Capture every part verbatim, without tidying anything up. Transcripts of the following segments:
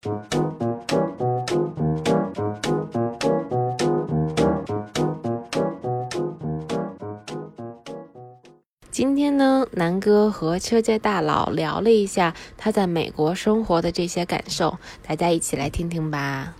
今天呢，南哥和车界大佬聊了一下他在美国生活的这些感受，大家一起来听听吧。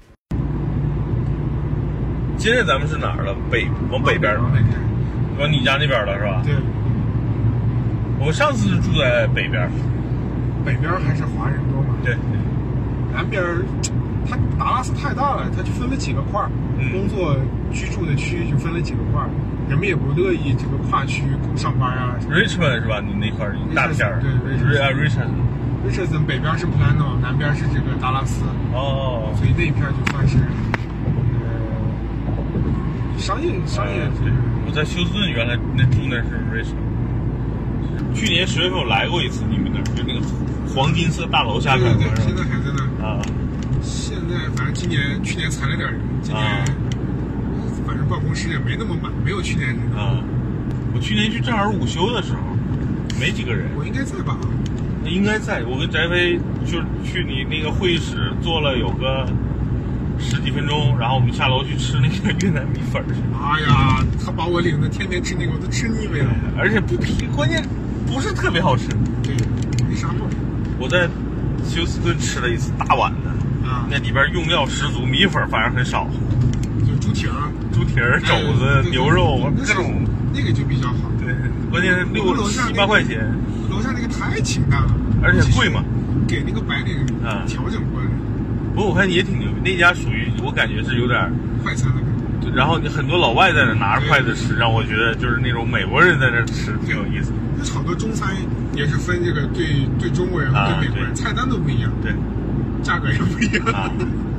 现在咱们是哪儿了？北往北边， 往北边， 往你家那边了是吧？ 对。 我上次是住在北边， 北边还是华人多嘛？ 对。 南边，它达拉斯太大了，它就分了几个块儿、嗯，工作居住的区就分了几个块儿。人们也不乐意这个跨区上班啊。 Richmond 是吧？你那块儿一大片儿。 对 ，Richmond。 Richmond 北边是 Plano， 南边是这个达拉斯。 哦。 所以那一片就算是，呃，商业商业。 对，我在休斯顿原来那住那是 Richmond。去年十月份我来过一次你们那儿，就那个黄金色大楼下看。 对对，现在还在那。 啊。 现在反正今年去年裁了点人，今年。啊反正办公室也没那么满，没有去年人啊。我去年去正好午休的时候，没几个人。 我应该在吧？ 应该在。我跟翟飞就去你那个会议室坐了有个十几分钟，然后我们下楼去吃那个越南米粉去。 哎呀，他把我领着天天吃那个，我都吃腻味了。 而且不便宜，关键不是特别好吃。 对，没啥味。 我在休斯顿吃了一次大碗的，啊，那里边用料十足，米粉反而很少。 就猪蹄儿、 猪蹄儿、肘子、牛肉各种， 那个就比较好。 对，关键是六七八块钱。 楼下那个太清淡了， 而且贵嘛， 给那个白领啊调整过来。 不过我看也挺牛逼，那家属于我感觉是有点快餐的感觉。然后你很多老外在那拿着筷子吃，让我觉得就是那种美国人在那吃挺有意思。 那好多中餐也是分这个对对中国人和对美国人，菜单都不一样， 对， 价格也不一样。啊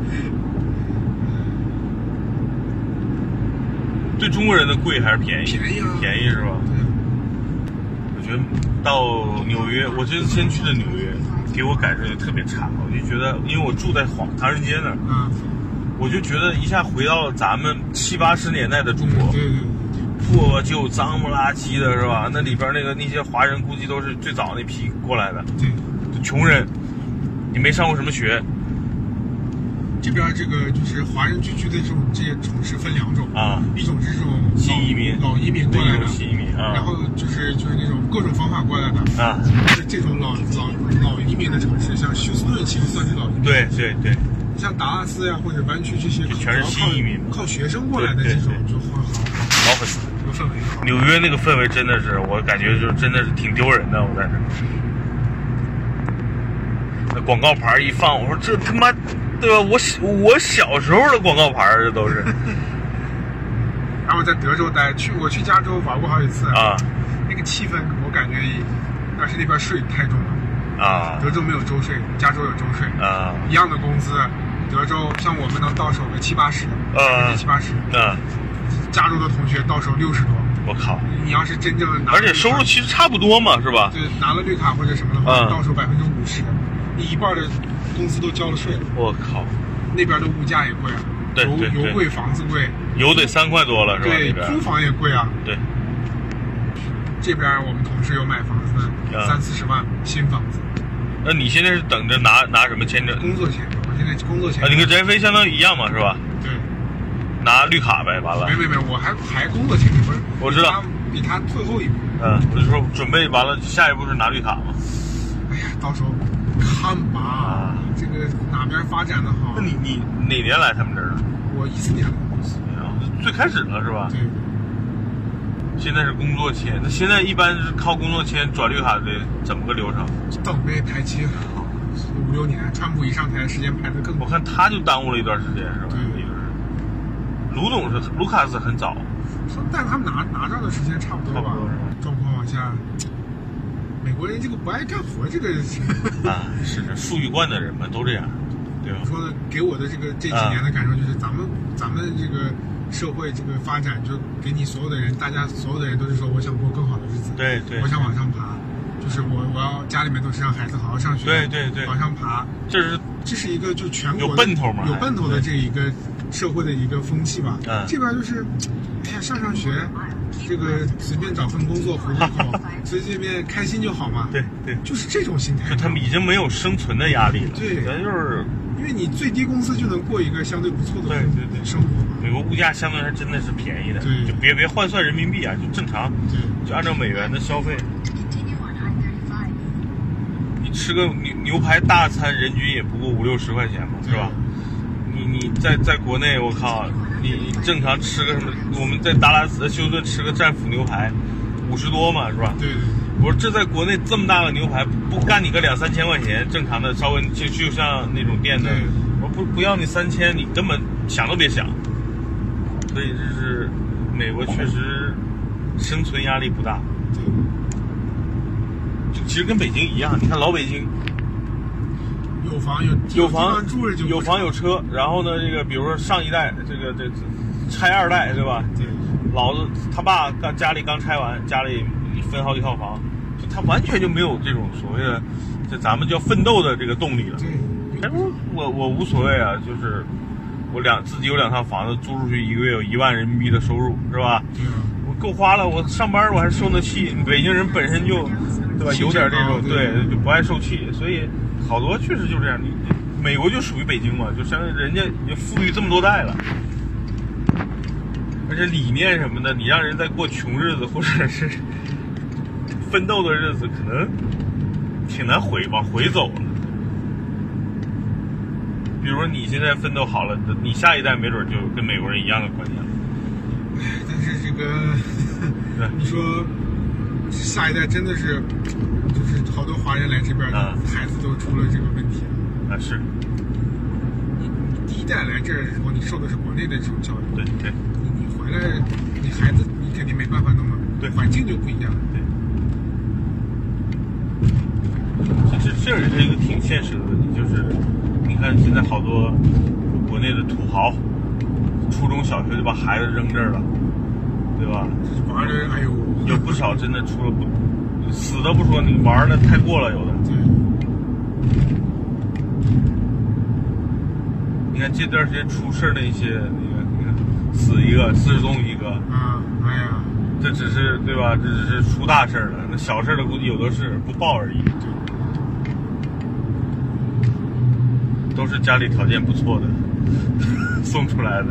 对中国人的贵还是便宜？ 便宜啊， 便宜是吧？ 对。 我觉得到纽约，我这次先去的纽约，给我感受也特别差。我就觉得，因为我住在黄唐人街那儿， 嗯， 我就觉得一下回到了咱们七八十年代的中国， 对对对， 破旧脏不拉几的是吧？那里边那个那些华人估计都是最早那批过来的， 对， 穷人，你没上过什么学。 这边这个就是华人聚居的这种这些城市分两种啊， 一种是这种新移民、 老移民过来的新移民啊， 然后就是就是那种各种方法过来的啊， 是这种老老老移民的城市，像休斯顿其实算是老移民， 对对对， 像达拉斯呀或者湾区这些全是新移民， 靠学生过来的这种就会好好很多， 这个氛围好。 纽约那个氛围真的是，我感觉就真的是挺丢人的，我在这，那广告牌一放，我说这他妈。对吧？我我小时候的广告牌这都是。 然后在德州待，去我去加州玩过好几次啊， 那个气氛我感觉，但是那边税太重了啊。 德州没有州税，加州有州税啊。 一样的工资，德州像我们能到手个七八十， 啊， 七八十， 嗯， 加州的同学到手六十多。 我靠！ 你要是真正拿， 而且收入其实差不多嘛，是吧？ 对，拿了绿卡或者什么的话，到手百分之五十，你一半的工资都交了税了。 我靠！ 那边的物价也贵啊， 对对油油贵，房子贵， 油得三块多了是吧？ 对，租房也贵啊。 对。 这边我们同事有买房子，三四十万新房子。 那你现在是等着拿拿什么签证？ 工作签，我现在工作签。 啊，你跟翟飞相当于一样嘛，是吧？ 对。 拿绿卡呗，完了。 没没没，我还还工作签证，不是。 我知道。 比他最后一步。 嗯，我就说准备完了，下一步是拿绿卡嘛。 哎呀，到时候看吧。啊。这个哪边发展的好？ 那你你哪年来他们这儿的？ 我一四年来。 最开始了是吧？ 对。 现在是工作签，那现在一般是靠工作签转绿卡的，怎么个流程？ 等呗，排期五六年，川普一上台，时间排得更。 我看他就耽误了一段时间，是吧？ 对。 卢总是卢卡斯很早， 但他们拿拿着的时间差不多吧？状况往下，美国人这个不爱干活，这个啊，是这富裕惯的人们都这样，对吧？ 说的给我的这个这几年的感受就是，咱们咱们这个。社会这个发展就给你所有的人，大家所有的人都是说我想过更好的日子， 对对， 我想往上爬，就是我我要家里面都是让孩子好好上学， 对对对， 往上爬， 这是这是一个就全国有奔头嘛， 有奔头的这一个社会的一个风气吧。 嗯， 这边就是，哎呀上上学，这个随便找份工作糊糊口， 随随便开心就好嘛。 对对， 就是这种心态。 就他们已经没有生存的压力了。 对， 咱就是因为你最低工资就能过一个相对不错的对对对生活。 美国物价相对还真的是便宜的， 对， 就别别换算人民币啊，就正常， 对， 就按照美元的消费。你吃个牛牛排大餐，人均也不过五六十块钱嘛，是吧？你你在在国内，我靠，你你正常吃个什么？我们在达拉斯休斯顿吃个战斧牛排，五十多嘛，是吧？ 对。 我说这在国内这么大的牛排，不干你个两三千块钱，正常的稍微就就像那种店的，我不不要你三千，你根本想都别想。所以这是美国确实生存压力不大。 对。 就其实跟北京一样，你看老北京。 有房有有房住着就有房有车，然后呢，这个比如说上一代这个这拆二代对吧？ 对， 老子他爸刚家里刚拆完，家里分好几套房，就他完全就没有这种所谓的这咱们叫奋斗的这个动力了。 对， 哎我我我无所谓啊，就是我两自己有两套房子租出去，一个月有一万人民币的收入是吧？ 对啊， 我够花了，我上班我还受得气。北京人本身就对吧，有点这种对就不爱受气，所以。好多确实就这样，你美国就属于北京嘛，就相当于人家已经富裕这么多代了，而且理念什么的，你让人在过穷日子或者是奋斗的日子，可能挺难回往回走了。比如说你现在奋斗好了，你下一代没准就跟美国人一样的观念了。 但是这个，你说下一代真的是。就是好多华人来这边，啊、孩子都出了这个问题啊！是， 你你第一代来这儿的时候，你受的是国内的这种教育， 对对。 你你回来，你孩子你肯定没办法那么， 对， 环境就不一样。 对。其实这也是一个挺现实的问题，就是你看现在好多国内的土豪，初中小学就把孩子扔这儿了，对吧？ 玩的，哎呦， 有不少真的出了不。死的不说，你玩的太过了，有的。 对。 你看这段时间出事的一些，那个你看死一个，失踪一个。 啊，哎呀， 这只是对吧？这只是出大事了，那小事的估计有的是，不报而已。都是家里条件不错的送出来的。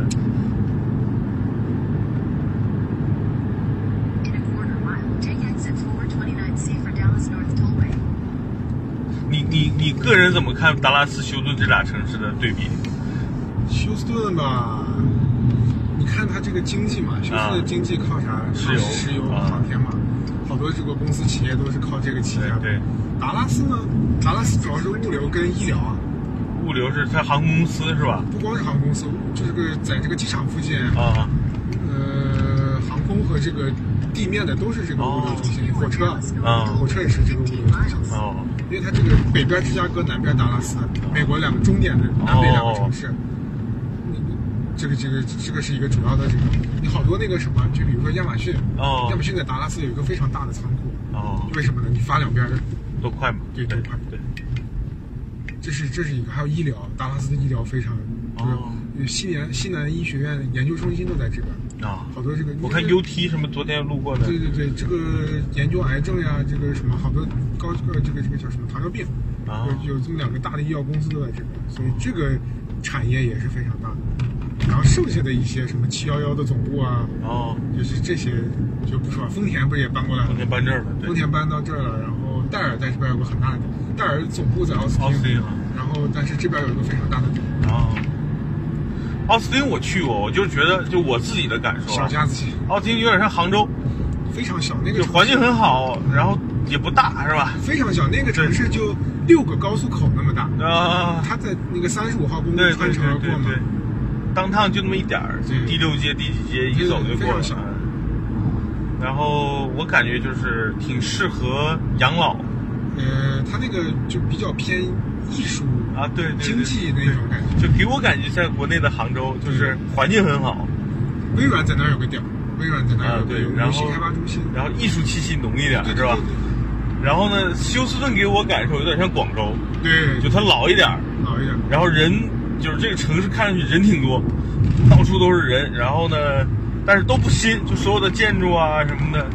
你你你个人怎么看达拉斯、休斯顿这俩城市的对比？ 休斯顿吧，你看它这个经济嘛，休斯顿的经济靠啥？ 石油、 石油、航天嘛，好多这个公司企业都是靠这个起家的。 对。 达拉斯呢？达拉斯主要是物流跟医疗啊。 物流是它航空公司是吧？ 不光是航空公司，就是个在这个机场附近啊， 呃，航空和这个地面的都是这个物流中心，哦、火车啊， 火车也是这个物流中心。 哦， 因为它这个北边芝加哥，南边达拉斯，美国两个终点的南北两个城市，你、哦、这个这个这个是一个主要的这个，你好多那个什么，就比如说亚马逊， 哦， 亚马逊在达拉斯有一个非常大的仓库， 哦， 为什么呢？你发两边都快嘛， 对，都快， 对。 这是这是一个，还有医疗，达拉斯的医疗非常， 哦， 西南西南医学院研究中心都在这边啊， 好多这个。 我看 U T 什么昨天路过的。 对对对，这个研究癌症呀，这个什么好多高呃这个这个叫什么糖尿病， 啊， 有有这么两个大的医药公司都在这边，所以这个产业也是非常大的。然后剩下的一些什么七幺幺的总部啊， 哦， 就是这些就不说了。丰田不是也搬过来了？ 丰田搬这儿了， 丰田搬到这儿了，然后戴尔在这边有个很大的，戴尔总部在奥斯汀， 奥斯汀， 然后但是这边有一个非常大的啊。奥斯汀我去过，我就觉得就我自己的感受， 小家子气。 奥斯汀有点像杭州， 非常小，那个就环境很好，然后也不大，是吧？ 非常小，那个城市就六个高速口那么大啊。 它在那个三十五号公路穿城而过嘛。 当趟就那么一点儿，第六街、第几街一走就过了。然后我感觉就是挺适合养老。 呃，它那个就比较偏艺术啊，对对， 经济那种感觉， 就给我感觉在国内的杭州，就是环境很好。 微软在那儿有个点，微软在那儿有个游戏开发中心， 然后艺术气息浓一点，是吧？然后呢，休斯顿给我感受有点像广州， 对， 就它老一点， 老一点， 然后人就是这个城市看上去人挺多，到处都是人，然后呢，但是都不新，就所有的建筑啊什么的，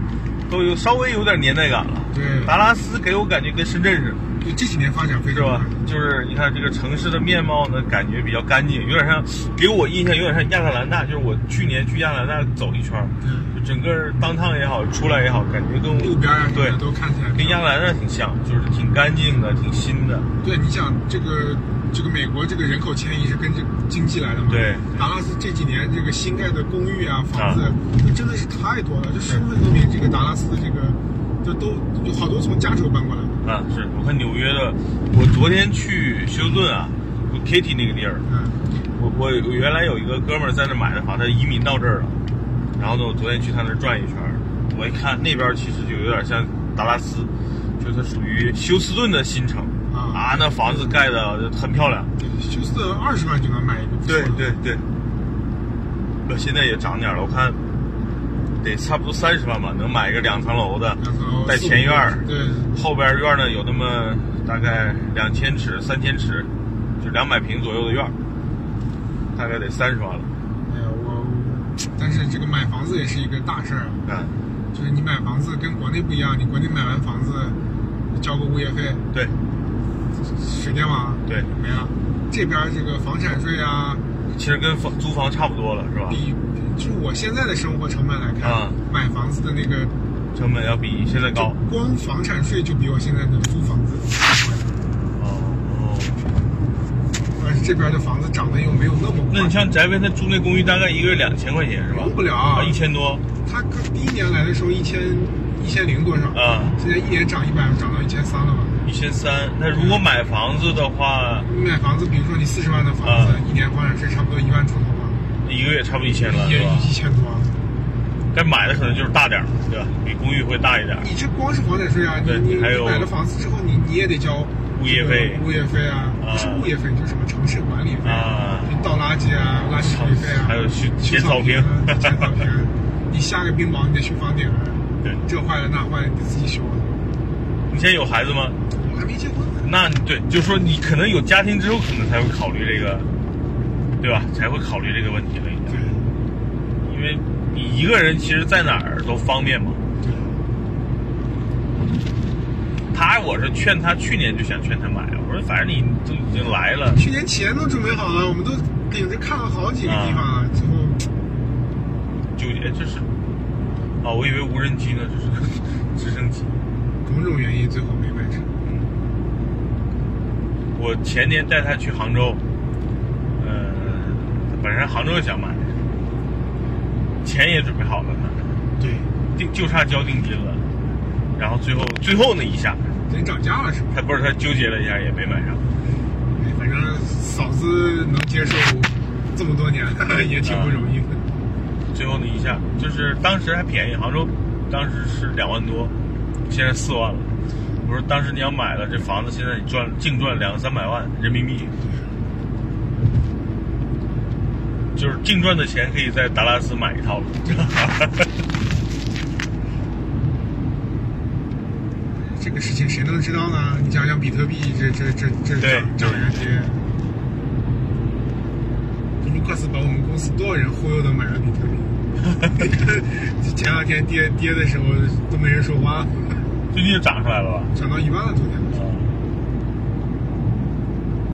都有稍微有点年代感了。 对， 达拉斯给我感觉跟深圳似的。 对，这几年发展非常是吧？就是你看这个城市的面貌呢，感觉比较干净，有点像，给我印象有点像亚特兰大。就是我去年去亚特兰大走一圈， 嗯， 就整个当趟也好，出来也好，感觉跟路边啊， 对都看起来跟亚特兰大挺像，就是挺干净的，挺新的。 对，你想这个这个美国这个人口迁移是跟这个经济来的嘛？ 对， 达拉斯这几年这个新盖的公寓啊、房子，啊、真的是太多了，就十分多名这个达拉斯的这个。就都有好多从加州搬过来的啊，是我看纽约的，我昨天去休斯顿啊 ，Katy 那个地儿， 嗯， 我我我原来有一个哥们儿在那买的房，他移民到这儿了，然后呢，我昨天去他那儿转一圈，我一看那边其实就有点像达拉斯，就是属于休斯顿的新城啊, 啊，那房子盖的很漂亮， 休斯顿二十万就能买一个， 对对对，那现在也涨点了，我看。得差不多三十万吧，能买一个两层楼的，带前院儿， 对， 后边院呢有那么大概两千尺、三千尺，就两百平左右的院儿，大概得三十万了。 哎呀，我，但是这个买房子也是一个大事儿啊。嗯，就是你买房子跟国内不一样，你国内买完房子交个物业费， 对， 水电网， 对， 没了。这边这个房产税啊， 其实跟房租房差不多了，是吧？ 比就是我现在的生活成本来看，啊、买房子的那个成本要比现在高。 光房产税就比我现在的租房子贵。 哦哦。 而且这边的房子涨得又没有那么快。 那你像翟飞他租那公寓，大概一个月两千块钱是吧？ 用不了啊， 一千多。 他第一年来的时候一千一千零多少啊？ 现在一年涨一百，涨到一千三了吧？ 一千三。那如果买房子的话， 你买房子，比如说你四十万的房子，啊、一年房产税差不多一万出头吧？ 一个月差不多一千了， 也一千多。 但买的可能就是大点儿，对吧？比公寓会大一点。 你这光是房产税啊，你你还有买了房子之后，你你也得交物业费， 物业费啊，不是物业费，就是什么城市管理费啊， 倒垃圾啊，垃圾处理费啊， 还有去修草坪， 剪草坪。你下个冰雹，你得修房顶， 对， 这坏了那坏了，你得自己修。 你现在有孩子吗？ 我还没结婚。 那对，就是说你可能有家庭之后，可能才会考虑这个，对吧？才会考虑这个问题了。 对， 因为你一个人其实在哪儿都方便嘛。 对。 他，我是劝他，去年就想劝他买，我说反正你都已经来了， 去年钱都准备好了，我们都领着看了好几个地方了，啊、最后纠结这是，哦，我以为无人机呢，这是直升机。 种种原因最后没买成。 嗯。我前年带他去杭州，呃，本身杭州也想买，钱也准备好了呢， 对， 定就差交定金了，然后最后最后那一下， 人涨价了是吧？ 他不是他纠结了一下也没买上， 哎，反正嫂子能接受这么多年也挺不容易的。 啊、最后那一下就是当时还便宜，杭州当时是两万多，现在四万了。我说当时你要买了这房子，现在你赚净赚两三百万人民币，就是净赚的钱可以在达拉斯买一套了。 这个事情谁能知道呢？你想想比特币这这这这涨涨人跌，卢克斯把我们公司多少人忽悠的买了比特币？前两天跌跌的时候都没人说话。 最近涨上来了吧？ 涨到一万了，昨天。